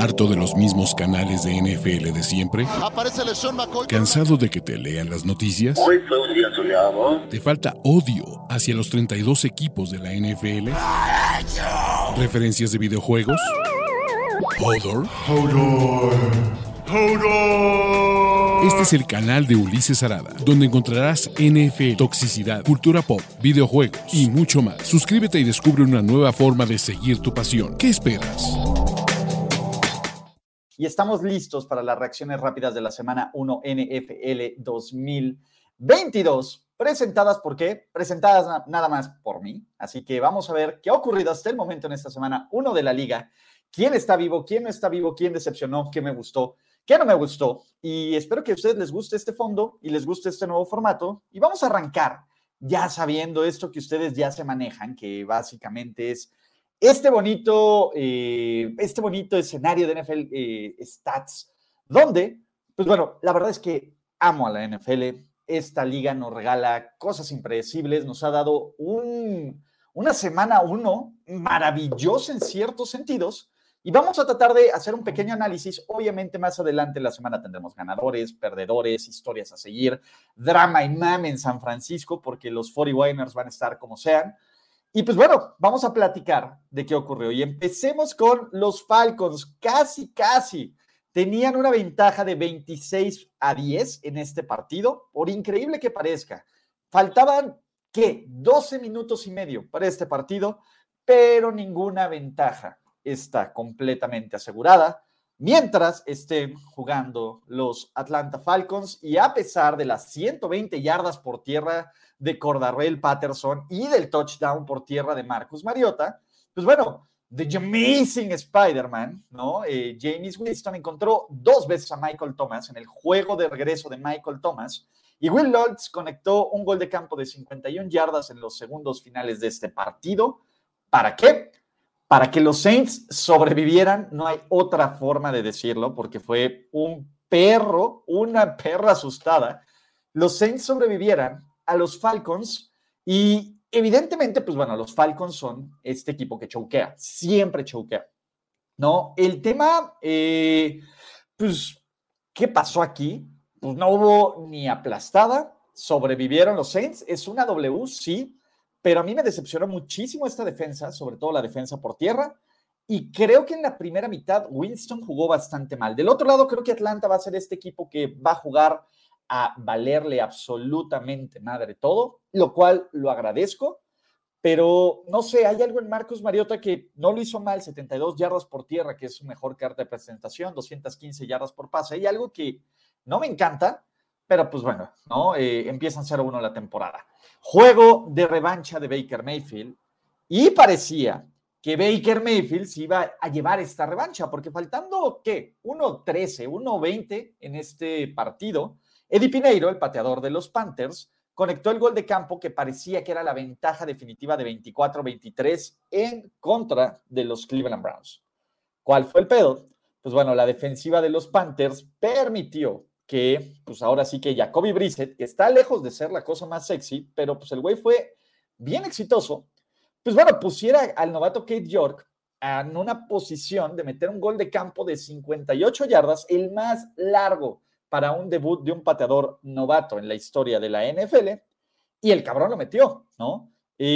¿Harto de los mismos canales de NFL de siempre? Aparece LeSean McCoy. ¿Cansado de que te lean las noticias? Hoy fue un día soleado. ¿Te falta odio hacia los 32 equipos de la NFL? ¿Referencias de videojuegos? ¿Hodor? Este es el canal de Ulises Arada, donde encontrarás NFL, toxicidad, cultura pop, videojuegos y mucho más. Suscríbete y descubre una nueva forma de seguir tu pasión. ¿Qué esperas? Y estamos listos para las reacciones rápidas de la semana 1 NFL 2022. ¿Presentadas por qué? Presentadas nada más por mí. Así que vamos a ver qué ha ocurrido hasta el momento en esta semana 1 de la liga. ¿Quién está vivo? ¿Quién no está vivo? ¿Quién decepcionó? ¿Qué me gustó? ¿Qué no me gustó? Y espero que a ustedes les guste este fondo y les guste este nuevo formato. Y vamos a arrancar ya sabiendo esto que ustedes ya se manejan, que básicamente es este bonito escenario de NFL Stats, donde, pues bueno, la verdad es que amo a la NFL. Esta liga nos regala cosas impredecibles, nos ha dado una semana 1 maravillosa en ciertos sentidos, y vamos a tratar de hacer un pequeño análisis. Obviamente más adelante en la semana tendremos ganadores, perdedores, historias a seguir, drama y mame en San Francisco, porque los 49ers van a estar como sean. Y pues bueno, vamos a platicar de qué ocurrió. Y empecemos con los Falcons. Casi tenían una ventaja de 26-10 en este partido, por increíble que parezca. Faltaban, ¿qué? 12 minutos y medio para este partido, pero ninguna ventaja está completamente asegurada mientras estén jugando los Atlanta Falcons. Y a pesar de las 120 yardas por tierra de Cordarrelle Patterson y del touchdown por tierra de Marcus Mariota, pues bueno, The Amazing Spider-Man, ¿no? Jameis Winston encontró 2 veces a Michael Thomas en el juego de regreso de Michael Thomas, y Will Lutz conectó un gol de campo de 51 yardas en los segundos finales de este partido. ¿Para qué? Para que los Saints sobrevivieran. No hay otra forma de decirlo, porque fue una perra asustada. Los Saints sobrevivieran a los Falcons, y evidentemente, pues bueno, los Falcons son este equipo que choquea, siempre choquea, ¿no? El tema, pues, ¿qué pasó aquí? Pues no hubo ni aplastada, sobrevivieron los Saints. Es una W, sí, pero a mí me decepcionó muchísimo esta defensa, sobre todo la defensa por tierra, y creo que en la primera mitad Winston jugó bastante mal. Del otro lado, creo que Atlanta va a ser este equipo que va a jugar a valerle absolutamente madre todo, lo cual lo agradezco, pero no sé, hay algo en Marcus Mariota que no lo hizo mal. 72 yardas por tierra, que es su mejor carta de presentación, 215 yardas por pase. Hay algo que no me encanta, pero pues bueno, ¿no? Empiezan 0-1 la temporada. Juego de revancha de Baker Mayfield, y parecía que Baker Mayfield se iba a llevar esta revancha, porque faltando, ¿qué? 1:13, 1:20 en este partido, Eddie Pineiro, el pateador de los Panthers, conectó el gol de campo que parecía que era la ventaja definitiva de 24-23 en contra de los Cleveland Browns. ¿Cuál fue el pedo? Pues bueno, la defensiva de los Panthers permitió que, pues ahora sí que Jacoby Brissett, que está lejos de ser la cosa más sexy, pero pues el güey fue bien exitoso, pues bueno, pusiera al novato Cade York en una posición de meter un gol de campo de 58 yardas, el más largo para un debut de un pateador novato en la historia de la NFL, y el cabrón lo metió, ¿no?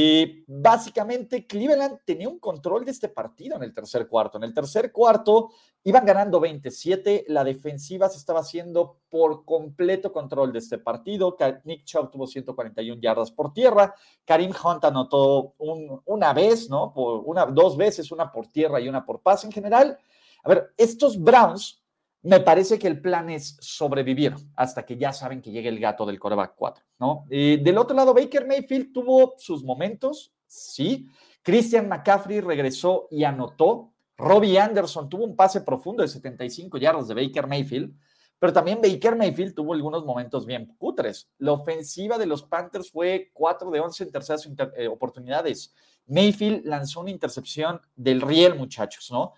Básicamente Cleveland tenía un control de este partido en el tercer cuarto. En el tercer cuarto iban ganando 27, la defensiva se estaba haciendo por completo control de este partido. Nick Chubb tuvo 141 yardas por tierra, Kareem Hunt anotó una vez, ¿no? Dos veces, una por tierra y una por pase en general. A ver, estos Browns, me parece que el plan es sobrevivir hasta que ya saben que llegue el gato del quarterback 4, ¿no? Del otro lado, Baker Mayfield tuvo sus momentos, sí. Christian McCaffrey regresó y anotó. Robbie Anderson tuvo un pase profundo de 75 yardas de Baker Mayfield, pero también Baker Mayfield tuvo algunos momentos bien cutres. La ofensiva de los Panthers fue 4 de 11 en terceras oportunidades. Mayfield lanzó una intercepción del riel, muchachos, ¿no?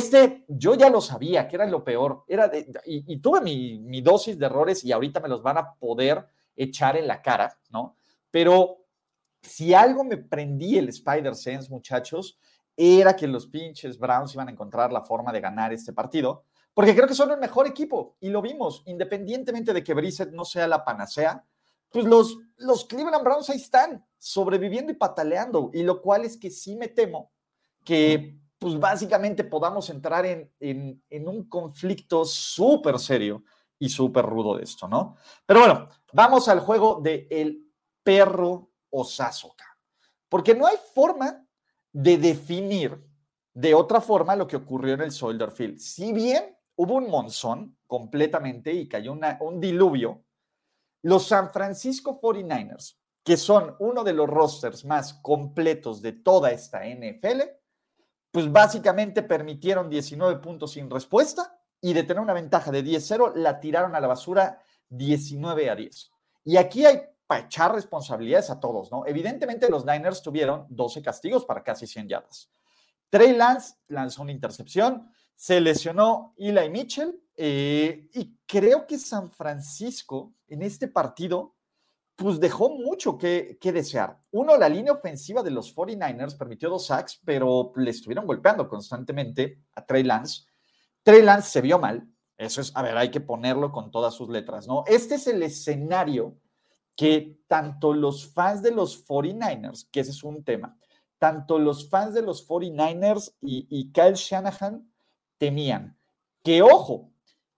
Yo ya lo sabía, que era lo peor. Y tuve mi dosis de errores, y ahorita me los van a poder echar en la cara, ¿no? Pero si algo me prendí el Spider-Sense, muchachos, era que los pinches Browns iban a encontrar la forma de ganar este partido, porque creo que son el mejor equipo, y lo vimos, independientemente de que Brissett no sea la panacea, pues los Cleveland Browns ahí están, sobreviviendo y pataleando, y lo cual es que sí me temo que pues básicamente podamos entrar en un conflicto súper serio y súper rudo de esto, ¿no? Pero bueno, vamos al juego de el perro Osazoka, porque no hay forma de definir de otra forma lo que ocurrió en el Soldier Field. Si bien hubo un monzón completamente y cayó un diluvio, los San Francisco 49ers, que son uno de los rosters más completos de toda esta NFL, pues básicamente permitieron 19 puntos sin respuesta y de tener una ventaja de 10-0, la tiraron a la basura 19-10. Y aquí hay para echar responsabilidades a todos, ¿no? Evidentemente los Niners tuvieron 12 castigos para casi 100 yardas. Trey Lance lanzó una intercepción, se lesionó Eli Mitchell, y creo que San Francisco en este partido pues dejó mucho que desear. Uno, la línea ofensiva de los 49ers permitió 2 sacks, pero le estuvieron golpeando constantemente a Trey Lance. Trey Lance se vio mal, eso es, a ver, hay que ponerlo con todas sus letras, ¿no? Este es el escenario que tanto los fans de los 49ers, que ese es un tema, tanto los fans de los 49ers y Kyle Shanahan temían. Que ojo,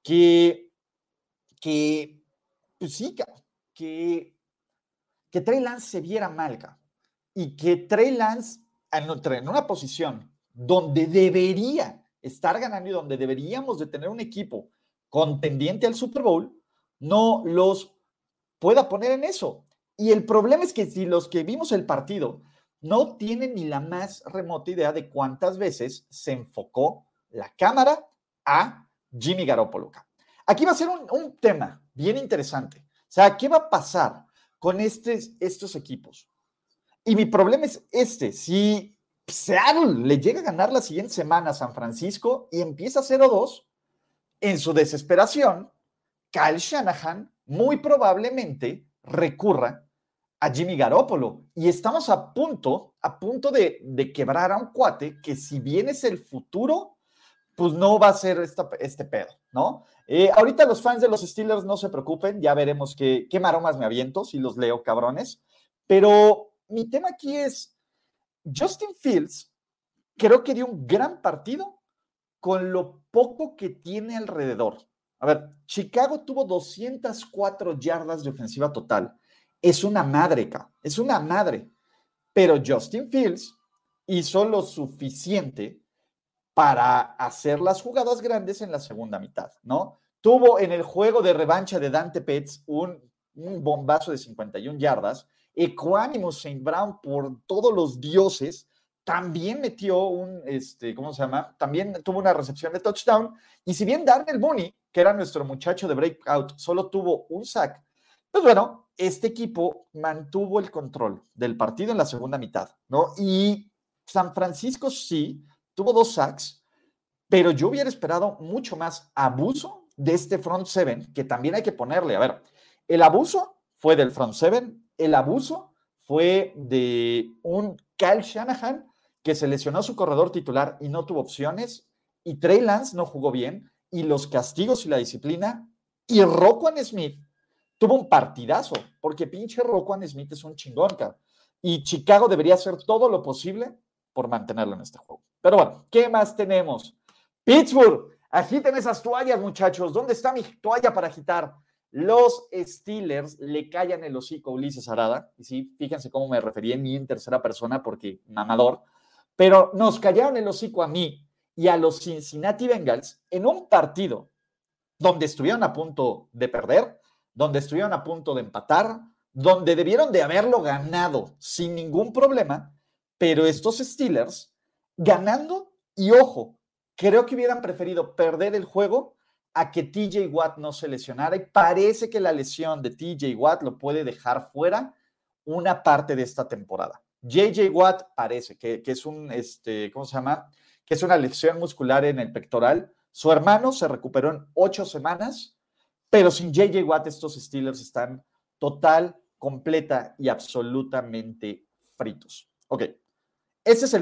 pues sí, que Trey Lance se viera mal, y que Trey Lance en una posición donde debería estar ganando y donde deberíamos de tener un equipo contendiente al Super Bowl, no los pueda poner en eso. Y el problema es que si los que vimos el partido no tienen ni la más remota idea de cuántas veces se enfocó la cámara a Jimmy Garoppolo. Aquí va a ser un tema bien interesante. O sea, ¿qué va a pasar con estos equipos? Y mi problema es si Seattle le llega a ganar la siguiente semana a San Francisco y empieza 0-2, en su desesperación, Kyle Shanahan muy probablemente recurra a Jimmy Garoppolo. Y estamos a punto de quebrar a un cuate que si bien es el futuro, pues no va a ser este pedo, ¿no? Ahorita los fans de los Steelers no se preocupen, ya veremos qué maromas me aviento, si los leo, cabrones. Pero mi tema aquí es, Justin Fields creo que dio un gran partido con lo poco que tiene alrededor. A ver, Chicago tuvo 204 yardas de ofensiva total. Es una madre, es una madre. Pero Justin Fields hizo lo suficiente para hacer las jugadas grandes en la segunda mitad, ¿no? Tuvo en el juego de revancha de Dante Pettis un bombazo de 51 yardas. Equanimous St. Brown, por todos los dioses, también metió ¿cómo se llama? También tuvo una recepción de touchdown. Y si bien Darnell Mooney, que era nuestro muchacho de breakout, solo tuvo un sack, pues bueno, este equipo mantuvo el control del partido en la segunda mitad, ¿no? Y San Francisco sí tuvo 2 sacks, pero yo hubiera esperado mucho más abuso de este front seven, que también hay que ponerle, a ver, el abuso fue del front seven, el abuso fue de un Kyle Shanahan que se lesionó a su corredor titular y no tuvo opciones, y Trey Lance no jugó bien, y los castigos y la disciplina, y Roquan Smith tuvo un partidazo, porque pinche Roquan Smith es un chingón, cabrón. Y Chicago debería hacer todo lo posible por mantenerlo en este juego. Pero bueno, ¿qué más tenemos? Pittsburgh, agiten esas toallas, muchachos. ¿Dónde está mi toalla para agitar? Los Steelers le callan el hocico a Ulises Arada. Y sí, fíjense cómo me referí en mí en tercera persona, porque mamador. Pero nos callaron el hocico a mí y a los Cincinnati Bengals en un partido donde estuvieron a punto de perder, donde estuvieron a punto de empatar, donde debieron de haberlo ganado sin ningún problema, pero estos Steelers ganando, y ojo, creo que hubieran preferido perder el juego a que TJ Watt no se lesionara, y parece que la lesión de TJ Watt lo puede dejar fuera una parte de esta temporada. JJ Watt parece que es ¿cómo se llama? Que es una lesión muscular en el pectoral. Su hermano se recuperó en 8 semanas, pero sin JJ Watt estos Steelers están total, completa y absolutamente fritos. Ok, ese es el punto.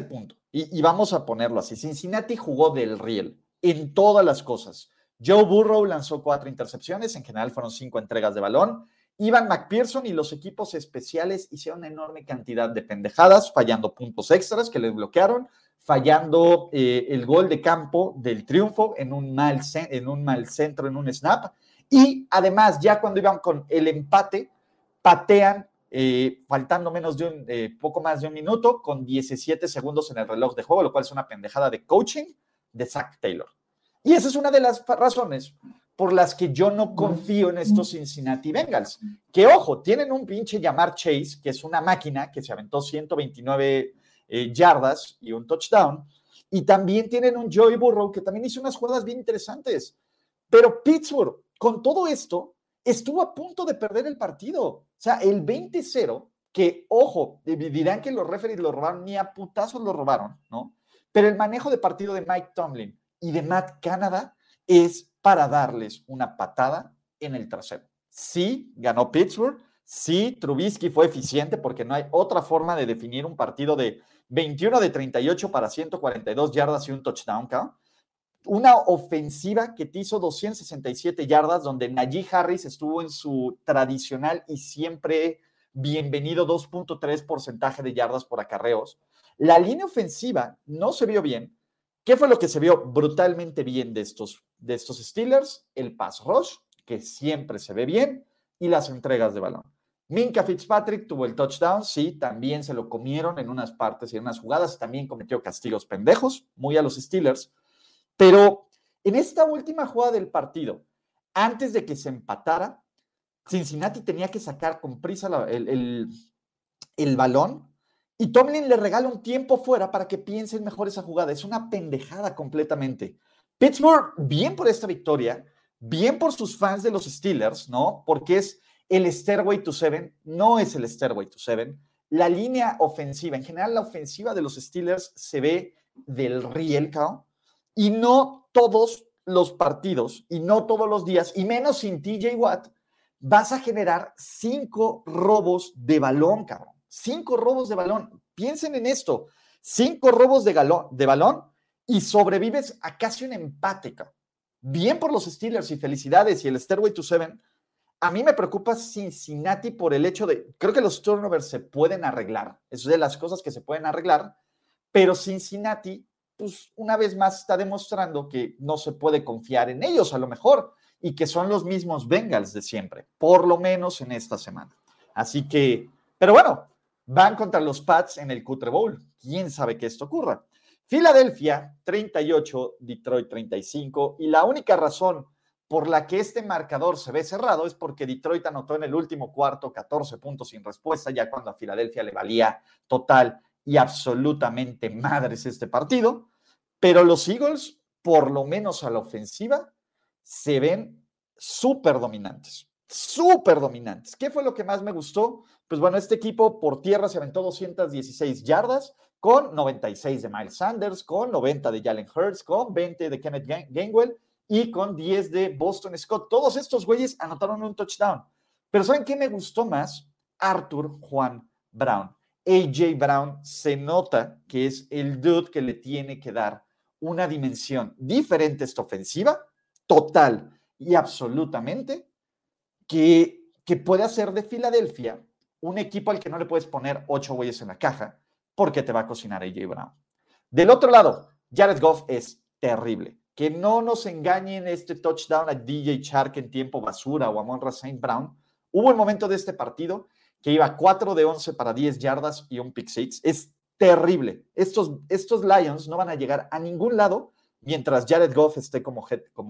y vamos a ponerlo así, Cincinnati jugó del riel en todas las cosas. Joe Burrow lanzó 4 intercepciones, en general fueron 5 entregas de balón. Ivan McPherson y los equipos especiales hicieron una enorme cantidad de pendejadas, fallando puntos extras que les bloquearon, fallando el gol de campo del triunfo en un mal centro, en un snap. Y además, ya cuando iban con el empate, patean faltando poco más de un minuto, con 17 segundos en el reloj de juego, lo cual es una pendejada de coaching de Zach Taylor. Y esa es una de las razones por las que yo no confío en estos Cincinnati Bengals. Que, ojo, tienen un pinche Ja'Marr Chase, que es una máquina que se aventó 129 yardas y un touchdown. Y también tienen un Joey Burrow, que también hizo unas jugadas bien interesantes. Pero Pittsburgh, con todo esto, estuvo a punto de perder el partido. O sea, el 20-0, que, ojo, dirán que los referees lo robaron, ni a putazos lo robaron, ¿no? Pero el manejo de partido de Mike Tomlin y de Matt Canada es para darles una patada en el trasero. Sí, ganó Pittsburgh, sí, Trubisky fue eficiente porque no hay otra forma de definir un partido de 21 de 38 para 142 yardas y un touchdown, ¿no? Una ofensiva que te hizo 267 yardas, donde Najee Harris estuvo en su tradicional y siempre bienvenido 2.3% de yardas por acarreos. La línea ofensiva no se vio bien. ¿Qué fue lo que se vio brutalmente bien de estos Steelers? El pass rush, que siempre se ve bien, y las entregas de balón. Minkah Fitzpatrick tuvo el touchdown, sí, también se lo comieron en unas partes y en unas jugadas, también cometió castigos pendejos, muy a los Steelers. Pero en esta última jugada del partido, antes de que se empatara, Cincinnati tenía que sacar con prisa el balón y Tomlin le regala un tiempo fuera para que piensen mejor esa jugada. Es una pendejada completamente. Pittsburgh, bien por esta victoria, bien por sus fans de los Steelers, ¿no? Porque es el Stairway to Seven, no es el Stairway to Seven. La línea ofensiva, en general la ofensiva de los Steelers se ve del riel, cabrón. Y no todos los partidos, y no todos los días, y menos sin TJ Watt, vas a generar 5 robos de balón, cabrón. 5 robos de balón. Piensen en esto. 5 robos de balón y sobrevives a casi un empate, cabrón. Bien por los Steelers y felicidades y el Stairway to Seven. A mí me preocupa Cincinnati por el hecho de, creo que los turnovers se pueden arreglar. Es de las cosas que se pueden arreglar, pero Cincinnati, pues una vez más está demostrando que no se puede confiar en ellos a lo mejor y que son los mismos Bengals de siempre, por lo menos en esta semana. Así que, pero bueno, van contra los Pats en el Cutre Bowl. ¿Quién sabe que esto ocurra? Filadelfia 38, Detroit 35 y la única razón por la que este marcador se ve cerrado es porque Detroit anotó en el último cuarto 14 puntos sin respuesta, ya cuando a Filadelfia le valía total y absolutamente madres este partido, pero los Eagles, por lo menos a la ofensiva, se ven súper dominantes. Súper dominantes. ¿Qué fue lo que más me gustó? Pues bueno, este equipo por tierra se aventó 216 yardas, con 96 de Miles Sanders, con 90 de Jalen Hurts, con 20 de Kenneth Gainwell y con 10 de Boston Scott. Todos estos güeyes anotaron un touchdown. Pero ¿saben qué me gustó más? Arthur Juan Brown. A.J. Brown se nota que es el dude que le tiene que dar una dimensión diferente a esta ofensiva, total y absolutamente, que puede hacer de Filadelfia un equipo al que no le puedes poner 8 güeyes en la caja porque te va a cocinar A.J. Brown. Del otro lado, Jared Goff es terrible. Que no nos engañen este touchdown a DJ Chark en tiempo basura o a Amon-Ra St. Brown. Hubo un momento de este partido que iba 4 de 11 para 10 yardas y un pick six. Es terrible. Estos Lions no van a llegar a ningún lado mientras Jared Goff esté como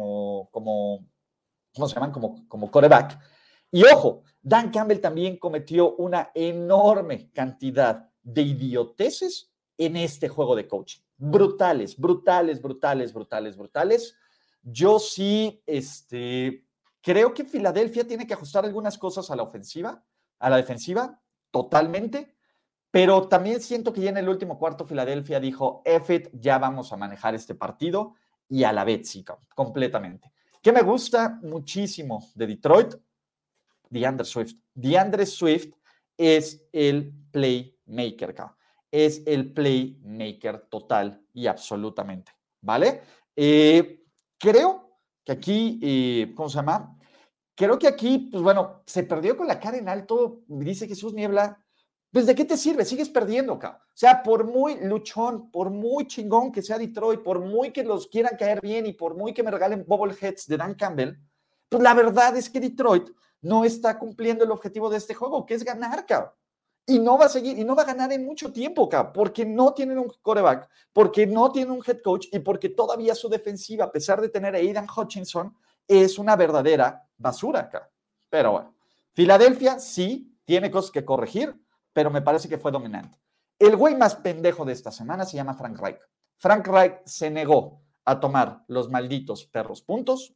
¿cómo se llaman? Como quarterback. Y ojo, Dan Campbell también cometió una enorme cantidad de idioteces en este juego de coaching. Brutales, brutales, brutales, brutales, brutales. Yo sí, creo que Filadelfia tiene que ajustar algunas cosas a la ofensiva, a la defensiva, totalmente, pero también siento que ya en el último cuarto Filadelfia dijo, F it, ya vamos a manejar este partido, y a la vez sí, completamente. ¿Qué me gusta muchísimo de Detroit? DeAndre Swift. DeAndre Swift es el playmaker, es el playmaker total y absolutamente, ¿vale? Creo que aquí, ¿cómo se llama? Creo que aquí, pues bueno, se perdió con la cara en alto, dice Jesús Niebla. Pues, ¿de qué te sirve? Sigues perdiendo, cabrón. O sea, por muy luchón, por muy chingón que sea Detroit, por muy que los quieran caer bien y por muy que me regalen bobbleheads de Dan Campbell, pues la verdad es que Detroit no está cumpliendo el objetivo de este juego, que es ganar, cabrón. Y no va a seguir, y no va a ganar en mucho tiempo, cabrón, porque no tienen un quarterback, porque no tienen un head coach y porque todavía su defensiva, a pesar de tener a Aidan Hutchinson, es una verdadera basura acá. Pero bueno, Filadelfia sí tiene cosas que corregir, pero me parece que fue dominante. El güey más pendejo de esta semana se llama Frank Reich. Frank Reich se negó a tomar los malditos perros puntos,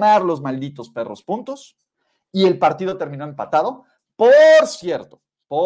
y el partido terminó empatado. Por cierto,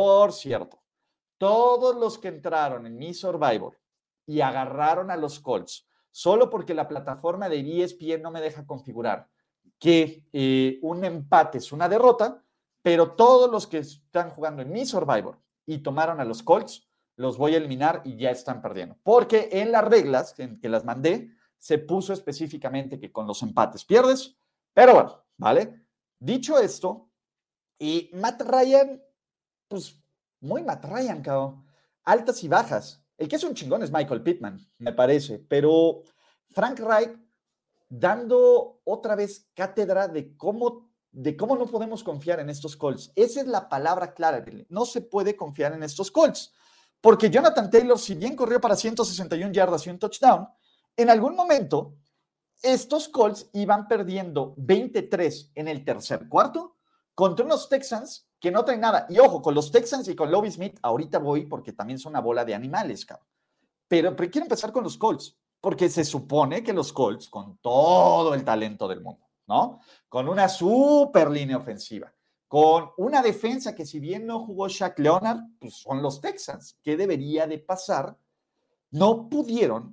todos los que entraron en mi Survivor y agarraron a los Colts, solo porque la plataforma de ESPN no me deja configurar que un empate es una derrota, pero todos los que están jugando en mi Survivor y tomaron a los Colts, los voy a eliminar y ya están perdiendo. Porque en las reglas en que las mandé, se puso específicamente que con los empates pierdes, pero bueno, ¿vale? Dicho esto, y Matt Ryan, pues muy Matt Ryan, cabrón. Altas y bajas. El que es un chingón es Michael Pittman, me parece, pero Frank Reich dando otra vez cátedra de cómo no podemos confiar en estos Colts. Esa es la palabra clara. No se puede confiar en estos Colts. Porque Jonathan Taylor, si bien corrió para 161 yardas y un touchdown, en algún momento estos Colts iban perdiendo 23 en el tercer cuarto contra unos Texans que no traen nada. Y ojo, con los Texans y con Lovie Smith, ahorita voy porque también son una bola de animales, cabrón. Pero quiero empezar con los Colts, porque se supone que los Colts, con todo el talento del mundo, ¿no? Con una super línea ofensiva, con una defensa que si bien no jugó Shaq Leonard, pues son los Texans. ¿Qué debería de pasar? No pudieron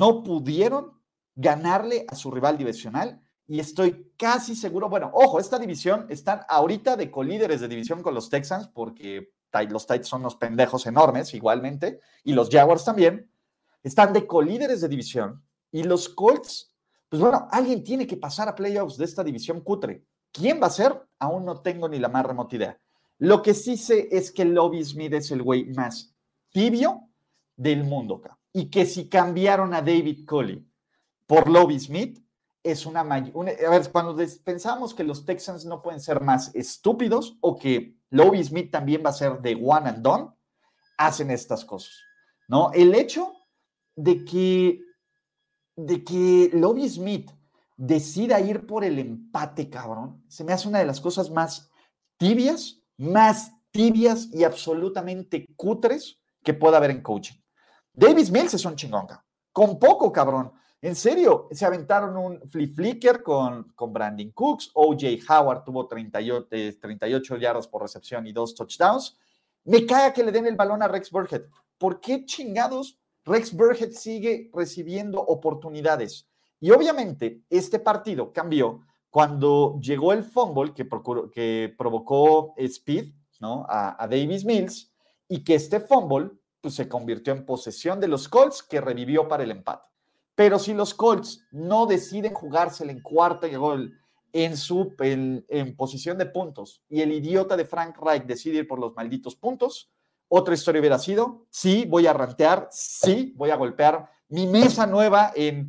ganarle a su rival divisional y estoy casi seguro, bueno, ojo, esta división están ahorita de colíderes de división con los Texans porque los Titans son unos pendejos enormes igualmente y los Jaguars también, están de colíderes de división y los Colts, pues bueno, alguien tiene que pasar a playoffs de esta división cutre. ¿Quién va a ser? Aún no tengo ni la más remota idea. Lo que sí sé es que Lovie Smith es el güey más tibio del mundo acá. Y que si cambiaron a David Culley por Lovie Smith, es a ver, cuando pensamos que los Texans no pueden ser más estúpidos o que Lovie Smith también va a ser de one and done, hacen estas cosas, ¿no? El hecho de que Lovie Smith decida ir por el empate, cabrón, se me hace una de las cosas más tibias y absolutamente cutres que pueda haber en coaching. Davis Mills es un chingón, con poco, cabrón. En serio, se aventaron un flip-flicker con Brandon Cooks. O.J. Howard tuvo 38 yardas por recepción y 2 touchdowns. Me caga que le den el balón a Rex Burkhead. ¿Por qué chingados Rex Burkhead sigue recibiendo oportunidades? Y obviamente este partido cambió cuando llegó el fumble que provocó Speed, ¿no? a Davis Mills, y que este fumble pues, se convirtió en posesión de los Colts, que revivió para el empate. Pero si los Colts no deciden jugársela en cuarta y gol en posición de puntos y el idiota de Frank Reich decide ir por los malditos puntos, otra historia hubiera sido, sí, voy a rantear, sí, voy a golpear mi mesa nueva en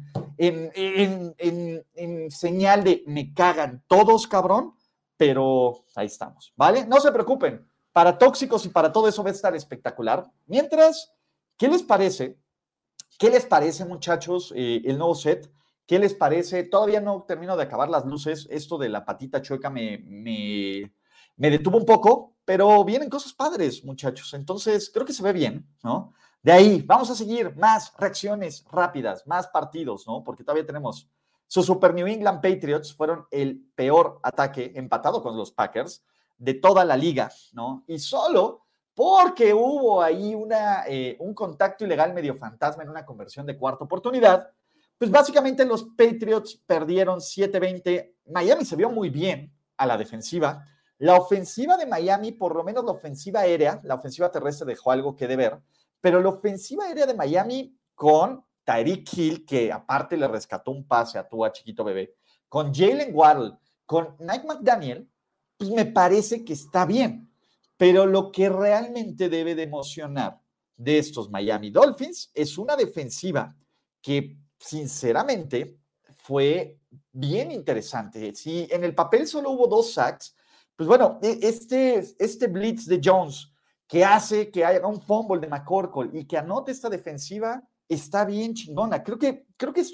señal de me cagan todos, cabrón, pero ahí estamos, ¿vale? No se preocupen, para tóxicos y para todo eso va a estar espectacular. Mientras, ¿qué les parece? ¿Qué les parece, muchachos, el nuevo set? ¿Qué les parece? Todavía no termino de acabar las luces. Esto de la patita chueca me detuvo un poco, pero vienen cosas padres, muchachos. Entonces, creo que se ve bien, ¿no? De ahí, vamos a seguir más reacciones rápidas, más partidos, ¿no? Porque todavía tenemos sus Super New England Patriots, fueron el peor ataque, empatado con los Packers, de toda la liga, ¿no? Y solo porque hubo ahí un contacto ilegal medio fantasma en una conversión de cuarta oportunidad, pues básicamente los Patriots perdieron 7-20. Miami se vio muy bien a la defensiva. La ofensiva de Miami, por lo menos la ofensiva aérea, la ofensiva terrestre dejó algo que deber, pero la ofensiva aérea de Miami con Tyreek Hill, que aparte le rescató un pase a Tua chiquito bebé, con Jalen Waddle, con Mike McDaniel, pues me parece que está bien. Pero lo que realmente debe de emocionar de estos Miami Dolphins es una defensiva que sinceramente fue bien interesante. Si en el papel solo hubo 2 sacks, pues bueno, este blitz de Jones que hace que haya un fumble de McCorkle y que anote esta defensiva está bien chingona. Creo que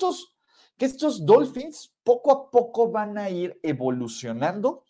estos Dolphins poco a poco van a ir evolucionando,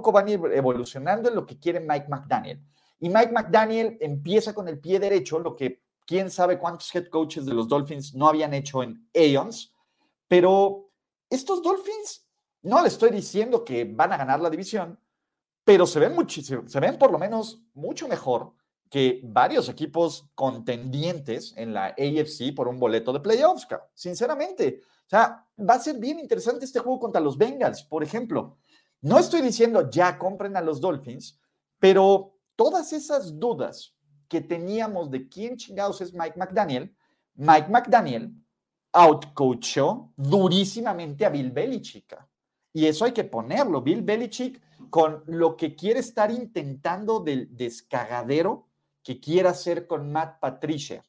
en lo que quiere Mike McDaniel. Y Mike McDaniel empieza con el pie derecho, lo que quién sabe cuántos head coaches de los Dolphins no habían hecho en eons, pero estos Dolphins, no le estoy diciendo que van a ganar la división, pero se ven por lo menos mucho mejor que varios equipos contendientes en la AFC por un boleto de playoffs, sinceramente. O sea, va a ser bien interesante este juego contra los Bengals, por ejemplo. No estoy diciendo ya compren a los Dolphins, pero todas esas dudas que teníamos de quién chingados es Mike McDaniel outcoachó durísimamente a Bill Belichick. Y eso hay que ponerlo. Bill Belichick, con lo que quiere estar intentando del descagadero que quiere hacer con Matt Patricia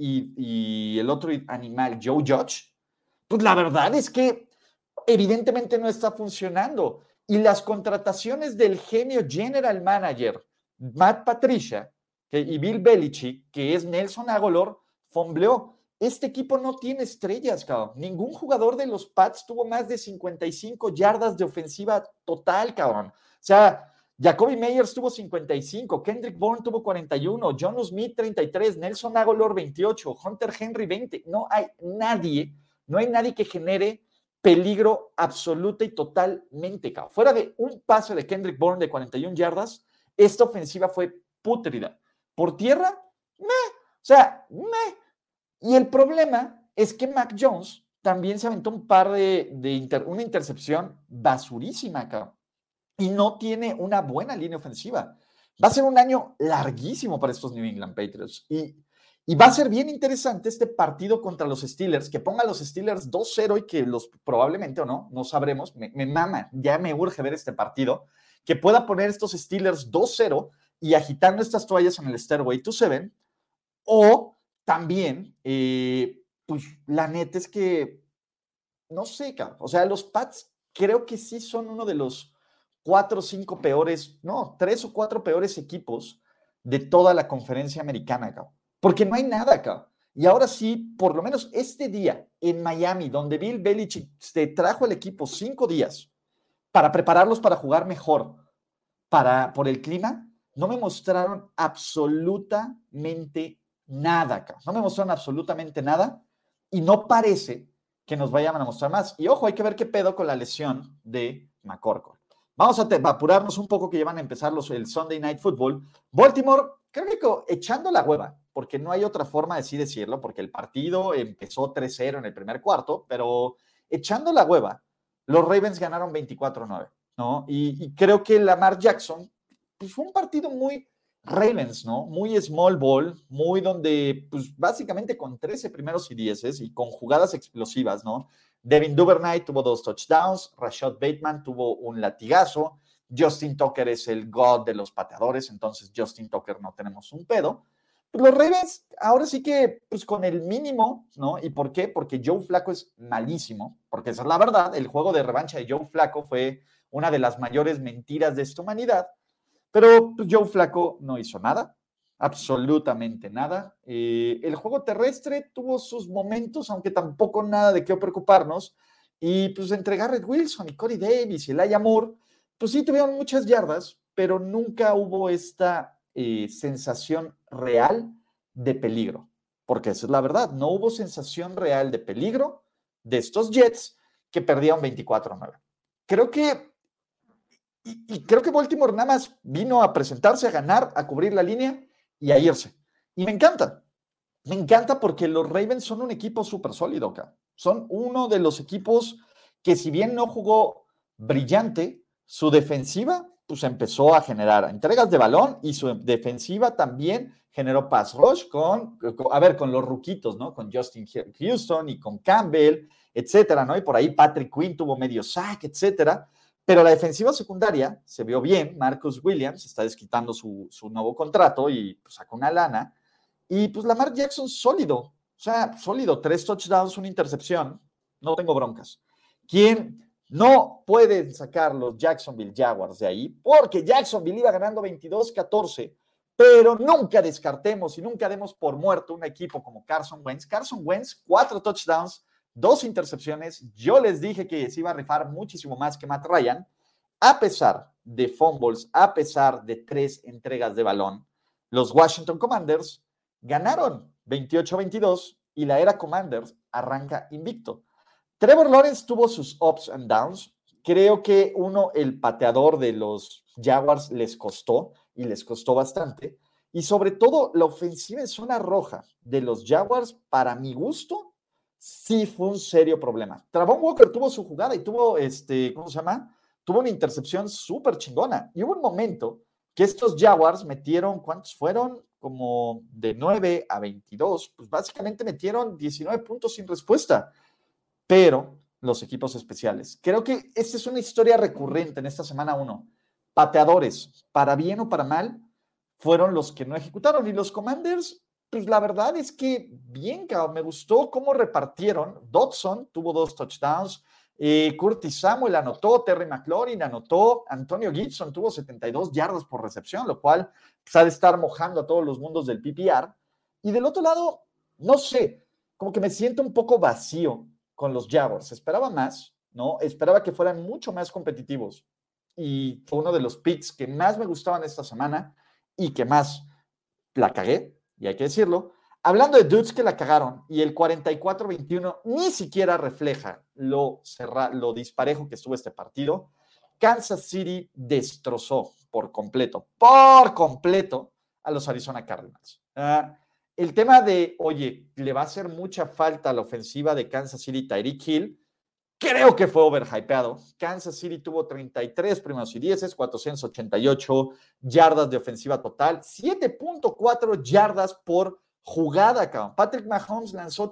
y el otro animal, Joe Judge, pues la verdad es que evidentemente no está funcionando. Y las contrataciones del genio general manager, Matt Patricia, y Bill Belichick, que es Nelson Agholor, fombleó. Este equipo no tiene estrellas, cabrón. Ningún jugador de los Pats tuvo más de 55 yardas de ofensiva total, cabrón. O sea, Jacoby Meyers tuvo 55, Kendrick Bourne tuvo 41, John Smith 33, Nelson Agholor 28, Hunter Henry 20. No hay nadie que genere peligro absoluta y totalmente, cabrón. Fuera de un pase de Kendrick Bourne de 41 yardas, esta ofensiva fue pútrida. Por tierra, Y el problema es que Mac Jones también se aventó un par una intercepción basurísima, cabrón. Y no tiene una buena línea ofensiva. Va a ser un año larguísimo para estos New England Patriots. Y va a ser bien interesante este partido contra los Steelers, que ponga a los Steelers 2-0 y que los probablemente o no sabremos, me mama, ya me urge ver este partido, que pueda poner estos Steelers 2-0 y agitando estas toallas en el Stairway to Seven, o también, pues la neta es que, no sé, cabrón, o sea, los Pats creo que sí son uno de los 4 o 5 peores, no, 3 o 4 peores equipos de toda la conferencia americana, cabrón, porque no hay nada, cabrón. Y ahora sí, por lo menos este día en Miami, donde Bill Belichick se trajo el equipo 5 días para prepararlos para jugar mejor por el clima, no me mostraron absolutamente nada, cabrón. No me mostraron absolutamente nada y no parece que nos vayan a mostrar más. Y ojo, hay que ver qué pedo con la lesión de McCorkle. Vamos a apurarnos un poco que ya van a empezar el Sunday Night Football. Baltimore, creo que echando la hueva, porque no hay otra forma de así decirlo, porque el partido empezó 3-0 en el primer cuarto, pero echando la hueva, los Ravens ganaron 24-9, ¿no? Y creo que Lamar Jackson, pues fue un partido muy Ravens, ¿no? Muy small ball, muy donde, pues básicamente con 13 primeros y 10 y con jugadas explosivas, ¿no? Devin Duvernay tuvo 2 touchdowns, Rashad Bateman tuvo un latigazo, Justin Tucker es el god de los pateadores, entonces Justin Tucker no tenemos un pedo. Pues los Ravens, ahora sí que, pues con el mínimo, ¿no? ¿Y por qué? Porque Joe Flacco es malísimo, porque esa es la verdad, el juego de revancha de Joe Flacco fue una de las mayores mentiras de esta humanidad. Pero pues, Joe Flacco no hizo nada, absolutamente nada. El juego terrestre tuvo sus momentos, aunque tampoco nada de qué preocuparnos. Y pues entre Garrett Wilson y Corey Davis y Elijah Moore, pues sí tuvieron muchas yardas, pero nunca hubo esta sensación real de peligro. Porque esa es la verdad, no hubo sensación real de peligro de estos Jets que perdieron 24-9. Creo que creo que Baltimore nada más vino a presentarse, a ganar, a cubrir la línea y a irse. Y me encanta porque los Ravens son un equipo súper sólido acá. Son uno de los equipos que si bien no jugó brillante, su defensiva pues empezó a generar entregas de balón y su defensiva también generó pass rush con los ruquitos, ¿no? Con Justin Houston y con Campbell, etcétera, ¿no? Y por ahí Patrick Quinn tuvo medio sack, etcétera. Pero la defensiva secundaria se vio bien. Marcus Williams está desquitando su nuevo contrato y pues, sacó una lana. Y pues Lamar Jackson sólido, o sea, sólido, 3 touchdowns, una intercepción, no tengo broncas. ¿Quién no puede sacar los Jacksonville Jaguars de ahí? Porque Jacksonville iba ganando 22-14, pero nunca descartemos y nunca demos por muerto un equipo como Carson Wentz. Carson Wentz, 4 touchdowns, 2 intercepciones. Yo les dije que se iba a rifar muchísimo más que Matt Ryan, a pesar de fumbles, a pesar de 3 entregas de balón. Los Washington Commanders ganaron 28-22 y la era Commanders arranca invicto. Trevor Lawrence tuvo sus ups and downs. Creo que el pateador de los Jaguars les costó y les costó bastante. Y sobre todo la ofensiva en zona roja de los Jaguars, para mi gusto, sí fue un serio problema. Travon Walker tuvo su jugada y tuvo, ¿cómo se llama? Tuvo una intercepción súper chingona. Y hubo un momento que estos Jaguars metieron, ¿cuántos fueron? Como de 9 a 22, pues básicamente metieron 19 puntos sin respuesta. Pero los equipos especiales, creo que esta es una historia recurrente en esta semana 1. Pateadores, para bien o para mal, fueron los que no ejecutaron. Y los Commanders, pues la verdad es que bien, cabrón, me gustó cómo repartieron. Dodson tuvo 2 touchdowns, Curtis Samuel anotó, Terry McLaurin anotó, Antonio Gibson tuvo 72 yardas por recepción, lo cual pues, ha de estar mojando a todos los mundos del PPR. Y del otro lado, no sé, como que me siento un poco vacío con los Jaguars. Esperaba más, ¿no? Esperaba que fueran mucho más competitivos. Y fue uno de los picks que más me gustaban esta semana y que más la cagué, y hay que decirlo. Hablando de dudes que la cagaron, y el 44-21 ni siquiera refleja lo disparejo que estuvo este partido. Kansas City destrozó por completo a los Arizona Cardinals. El tema de, oye, le va a hacer mucha falta a la ofensiva de Kansas City Tyreek Hill, creo que fue overhypeado. Kansas City tuvo 33 primeros y 10, 488 yardas de ofensiva total, 7.4 yardas por jugada, cabrón. Patrick Mahomes lanzó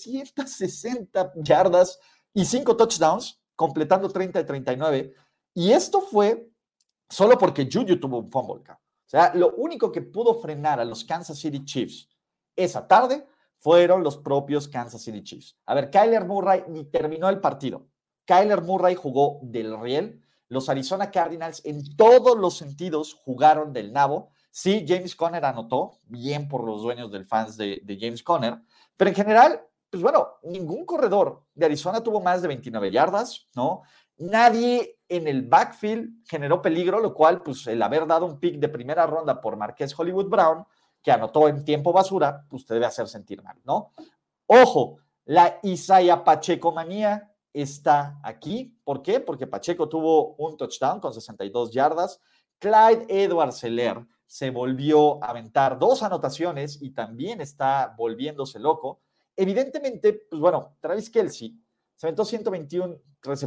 360 yardas y 5 touchdowns, completando 30 de 39. Y esto fue solo porque Juju tuvo un fumble, cabrón. O sea, lo único que pudo frenar a los Kansas City Chiefs esa tarde fueron los propios Kansas City Chiefs. A ver, Kyler Murray ni terminó el partido. Kyler Murray jugó del riel. Los Arizona Cardinals en todos los sentidos jugaron del nabo. Sí, James Conner anotó, bien por los dueños del fans de James Conner, pero en general, pues bueno, ningún corredor de Arizona tuvo más de 29 yardas, ¿no? Nadie en el backfield generó peligro, lo cual, pues el haber dado un pick de primera ronda por Marqués Hollywood Brown, que anotó en tiempo basura, pues te debe hacer sentir mal, ¿no? Ojo, la Isaiah Pacheco manía está aquí. ¿Por qué? Porque Pacheco tuvo un touchdown con 62 yardas. Clyde Edwards-Helaire se volvió a aventar 2 anotaciones y también está volviéndose loco. Evidentemente, pues bueno, Travis Kelce se aventó 121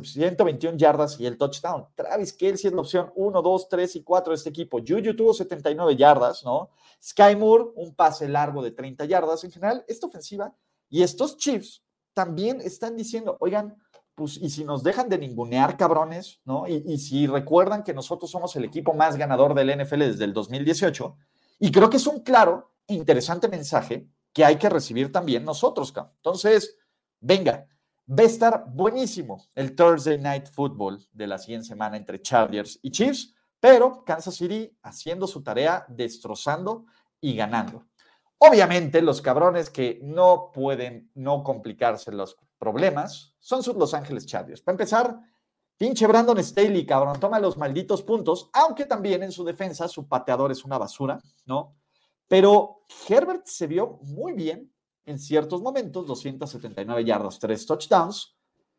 yardas y el touchdown. Travis Kelce es la opción 1, 2, 3 y 4 de este equipo. Juju tuvo 79 yardas, ¿no? Sky Moore, un pase largo de 30 yardas. En general, esta ofensiva y estos Chiefs también están diciendo, oigan, pues, y si nos dejan de ningunear, cabrones, ¿no? Y si recuerdan que nosotros somos el equipo más ganador del NFL desde el 2018, y creo que es un claro e interesante mensaje que hay que recibir también nosotros, cabrón. Entonces, venga, va a estar buenísimo el Thursday Night Football de la siguiente semana entre Chargers y Chiefs, pero Kansas City haciendo su tarea, destrozando y ganando. Obviamente, los cabrones que no pueden no complicarse los problemas son sus Los Ángeles Chargers. Para empezar, pinche Brandon Staley, cabrón, toma los malditos puntos, aunque también en su defensa su pateador es una basura, ¿no? Pero Herbert se vio muy bien en ciertos momentos, 279 yardas, 3 touchdowns,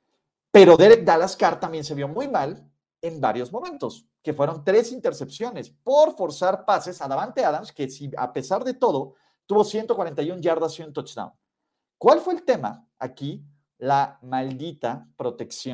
pero Derek Dallas Carr también se vio muy mal en varios momentos, que fueron 3 intercepciones por forzar pases a Davante Adams, que si, a pesar de todo, tuvo 141 yardas y un touchdown. ¿Cuál fue el tema aquí? La maldita protección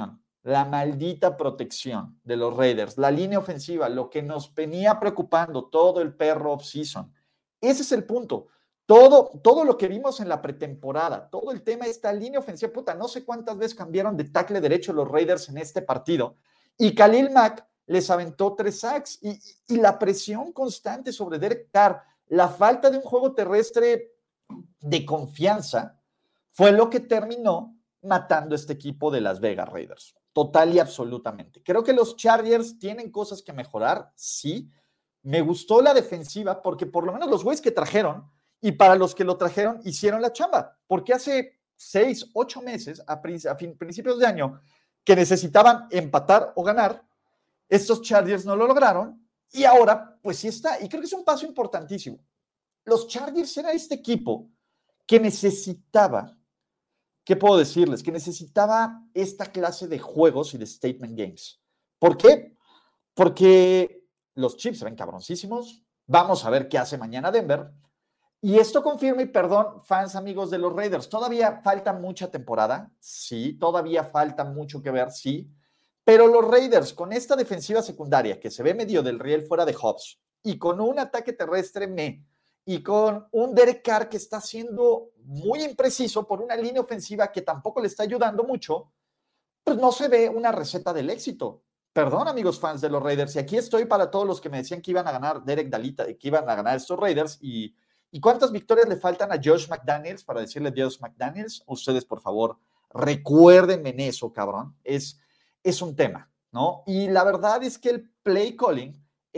la maldita protección de los Raiders, la línea ofensiva, lo que nos venía preocupando todo el perro off-season. Ese es el punto. Todo lo que vimos en la pretemporada, todo el tema de esta línea ofensiva, puta, no sé cuántas veces cambiaron de tackle derecho los Raiders en este partido, y Khalil Mack les aventó 3 sacks, y la presión constante sobre Derek Carr, la falta de un juego terrestre de confianza, fue lo que terminó matando a este equipo de Las Vegas Raiders, total y absolutamente. Creo que los Chargers tienen cosas que mejorar, sí. Me gustó la defensiva porque por lo menos los güeyes que trajeron, y para los que lo trajeron, hicieron la chamba, porque hace 6, 8 meses, a principios de año, que necesitaban empatar o ganar, estos Chargers no lo lograron, y ahora, pues sí está, y creo que es un paso importantísimo. Los Chargers eran este equipo que necesitaba, ¿qué puedo decirles? Que necesitaba esta clase de juegos y de statement games. ¿Por qué? Porque los Chiefs se ven cabroncísimos, vamos a ver qué hace mañana Denver, y esto confirma, y perdón, fans amigos de los Raiders, todavía falta mucha temporada, sí, todavía falta mucho que ver, sí, pero los Raiders con esta defensiva secundaria que se ve medio del riel fuera de Hobbs, y con un ataque terrestre y con un Derek Carr que está siendo muy impreciso por una línea ofensiva que tampoco le está ayudando mucho, pues no se ve una receta del éxito. Perdón, amigos fans de los Raiders, y aquí estoy para todos los que me decían que iban a ganar Derek Dalita, que iban a ganar estos Raiders, y cuántas victorias le faltan a Josh McDaniels para decirle Josh McDaniels. Ustedes, por favor, recuérdenme en eso, cabrón. Es un tema, ¿no? Y la verdad es que el play calling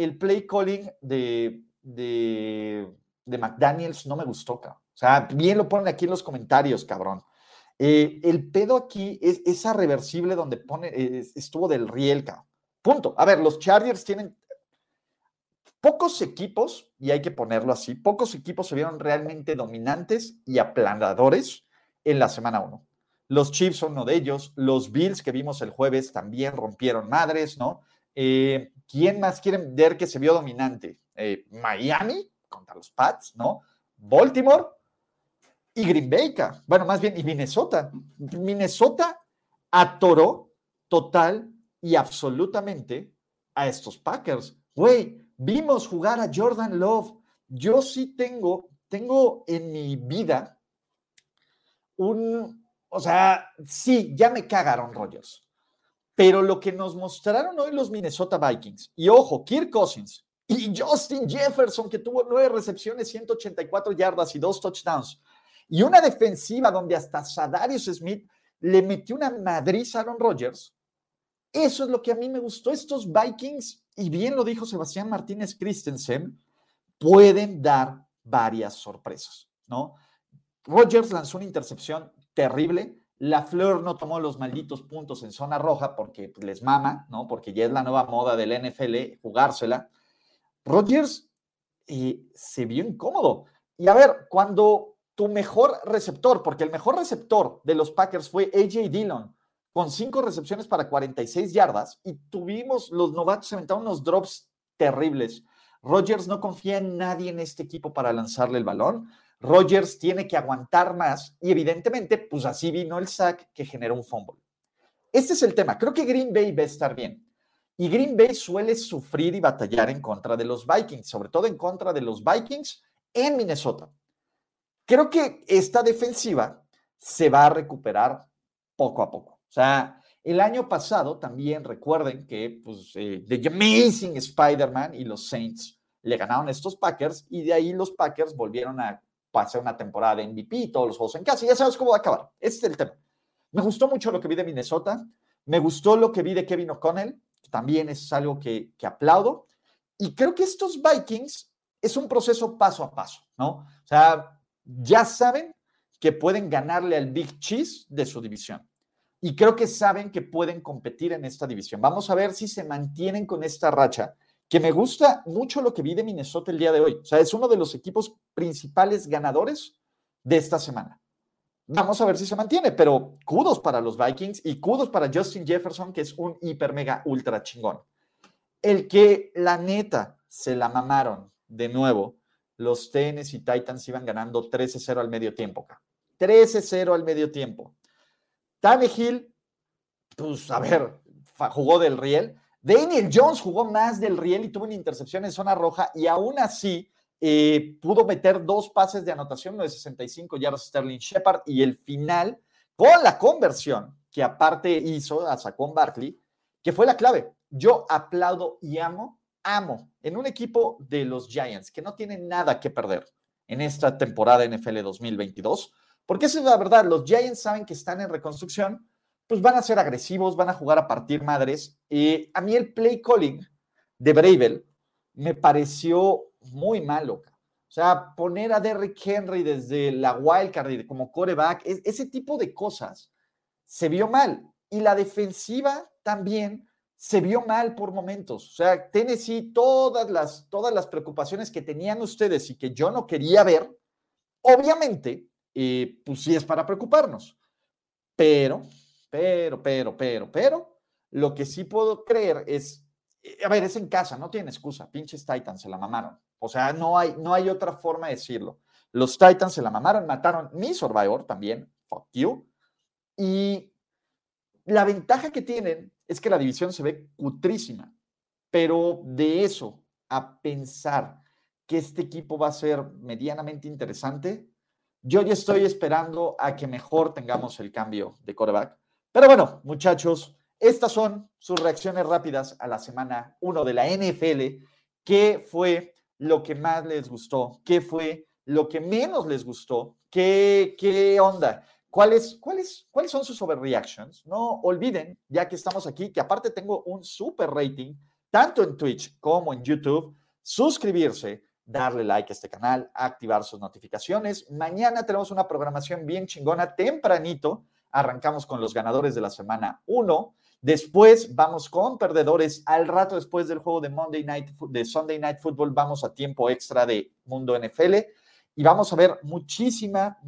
de McDaniels no me gustó, cabrón. O sea, bien lo ponen aquí en los comentarios, cabrón. El pedo aquí es esa reversible donde estuvo del riel, cabrón. Punto. A ver, los Chargers tienen pocos equipos, y hay que ponerlo así, pocos equipos se vieron realmente dominantes y aplanadores en la semana 1. Los Chiefs son uno de ellos, los Bills que vimos el jueves también rompieron madres, ¿no? ¿Quién más quieren ver que se vio dominante? Miami contra los Pats, ¿no? Baltimore y Green Bay, bueno, más bien, y Minnesota. Minnesota atoró total y absolutamente a estos Packers. Güey, vimos jugar a Jordan Love. Yo sí tengo en mi vida o sea, sí, ya me cagaron Rodgers. Pero lo que nos mostraron hoy los Minnesota Vikings, y ojo, Kirk Cousins y Justin Jefferson, que tuvo 9 recepciones, 184 yardas y 2 touchdowns, y una defensiva donde hasta Zadarius Smith le metió una madriz a Aaron Rodgers. Eso es lo que a mí me gustó. Estos Vikings, y bien lo dijo Sebastián Martínez Christensen, pueden dar varias sorpresas, ¿no? Rodgers lanzó una intercepción terrible. LaFleur no tomó los malditos puntos en zona roja porque les mama, ¿no? Porque ya es la nueva moda del NFL jugársela. Rodgers se vio incómodo. Y a ver, cuando tu mejor receptor, porque el mejor receptor de los Packers fue A.J. Dillon, con 5 recepciones para 46 yardas, y los novatos se aventaron unos drops terribles. Rodgers no confía en nadie en este equipo para lanzarle el balón. Rodgers tiene que aguantar más, y evidentemente, pues así vino el sack que generó un fumble. Este es el tema. Creo que Green Bay va a estar bien. Y Green Bay suele sufrir y batallar en contra de los Vikings, sobre todo en contra de los Vikings en Minnesota. Creo que esta defensiva se va a recuperar poco a poco. O sea, el año pasado también recuerden que pues, The Amazing Spider-Man y los Saints le ganaron a estos Packers, y de ahí los Packers volvieron a pasar una temporada de MVP y todos los juegos en casa. Y ya sabes cómo va a acabar. Este es el tema. Me gustó mucho lo que vi de Minnesota. Me gustó lo que vi de Kevin O'Connell. También es algo que aplaudo. Y creo que estos Vikings es un proceso paso a paso, ¿no? O sea, ya saben que pueden ganarle al Big Cheese de su división. Y creo que saben que pueden competir en esta división. Vamos a ver si se mantienen con esta racha, que me gusta mucho lo que vi de Minnesota el día de hoy. O sea, es uno de los equipos principales ganadores de esta semana. Vamos a ver si se mantiene, pero kudos para los Vikings y kudos para Justin Jefferson, que es un hiper mega ultra chingón. El que la neta se la mamaron de nuevo, los Tennessee Titans iban ganando 13-0 al medio tiempo. 13-0 al medio tiempo. Tannehill pues a ver, jugó del riel. Daniel Jones jugó más del riel y tuvo una intercepción en zona roja y aún así pudo meter 2 pases de anotación, 65 yardas Sterling Shepard y el final con la conversión que aparte hizo a Saquon Barkley, que fue la clave. Yo aplaudo y amo en un equipo de los Giants que no tiene nada que perder en esta temporada NFL 2022, porque esa es la verdad, los Giants saben que están en reconstrucción, pues van a ser agresivos, van a jugar a partir madres. A mí el play calling de Vrabel me pareció muy malo. O sea, poner a Derrick Henry desde la wildcard como quarterback, ese tipo de cosas se vio mal. Y la defensiva también se vio mal por momentos. O sea, Tennessee, todas las preocupaciones que tenían ustedes y que yo no quería ver, obviamente, pues sí es para preocuparnos. Pero, lo que sí puedo creer es, a ver, es en casa, no tienen excusa, pinches Titans se la mamaron. O sea, no hay otra forma de decirlo. Los Titans se la mamaron, mataron mi Survivor también, fuck you. Y la ventaja que tienen es que la división se ve cutrísima, pero de eso a pensar que este equipo va a ser medianamente interesante, yo ya estoy esperando a que mejor tengamos el cambio de quarterback. Pero bueno, muchachos, estas son sus reacciones rápidas a la semana 1 de la NFL. ¿Qué fue lo que más les gustó? ¿Qué fue lo que menos les gustó? ¿Qué onda? ¿Cuáles son sus overreactions? No olviden, ya que estamos aquí, que aparte tengo un super rating, tanto en Twitch como en YouTube, suscribirse, darle like a este canal, activar sus notificaciones. Mañana tenemos una programación bien chingona, tempranito. Arrancamos con los ganadores de la semana 1. Después vamos con perdedores. Al rato después del juego de Sunday Night Football vamos a tiempo extra de Mundo NFL. Y vamos a ver muchísima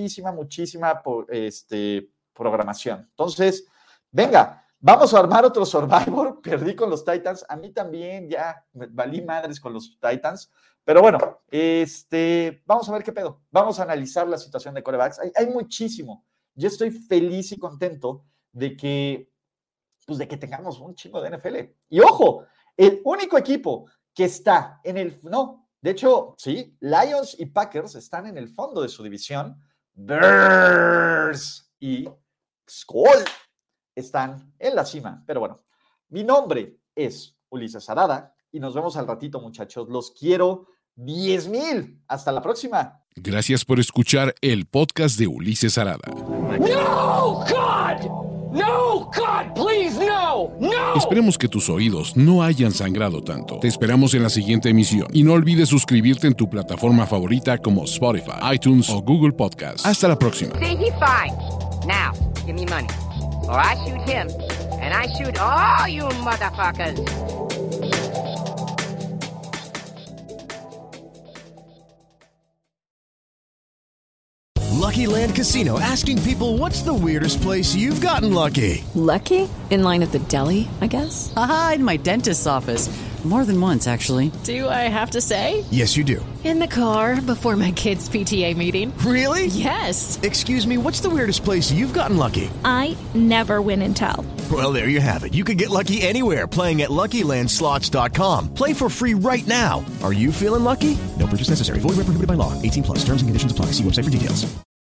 programación. Entonces, venga, vamos a armar otro Survivor. Perdí con los Titans. A mí también ya me valí madres con los Titans. Pero bueno, vamos a ver qué pedo. Vamos a analizar la situación de quarterbacks. Hay muchísimo. Yo estoy feliz y contento de que tengamos un chingo de NFL. Y ojo, el único equipo que está en el... No, de hecho, sí, Lions y Packers están en el fondo de su división. Bears y Skol están en la cima. Pero bueno, mi nombre es Ulises Arada y nos vemos al ratito, muchachos. Los quiero 10,000. Hasta la próxima. Gracias por escuchar el podcast de Ulises Arada. No, God! No, God, please, no, no. Esperemos que tus oídos no hayan sangrado tanto. Te esperamos en la siguiente emisión. Y no olvides suscribirte en tu plataforma favorita como Spotify, iTunes o Google Podcast. Hasta la próxima. See, he's fine. Now, give me money. Or I shoot him, and I shoot all you motherfuckers. Lucky Land Casino, asking people, what's the weirdest place you've gotten lucky? Lucky? In line at the deli, I guess? Aha, in my dentist's office. More than once, actually. Do I have to say? Yes, you do. In the car before my kids' PTA meeting. Really? Yes. Excuse me, what's the weirdest place you've gotten lucky? I never win and tell. Well, there you have it. You can get lucky anywhere, playing at LuckyLandSlots.com. Play for free right now. Are you feeling lucky? No purchase necessary. Void where prohibited by law. 18+. Terms and conditions apply. See website for details.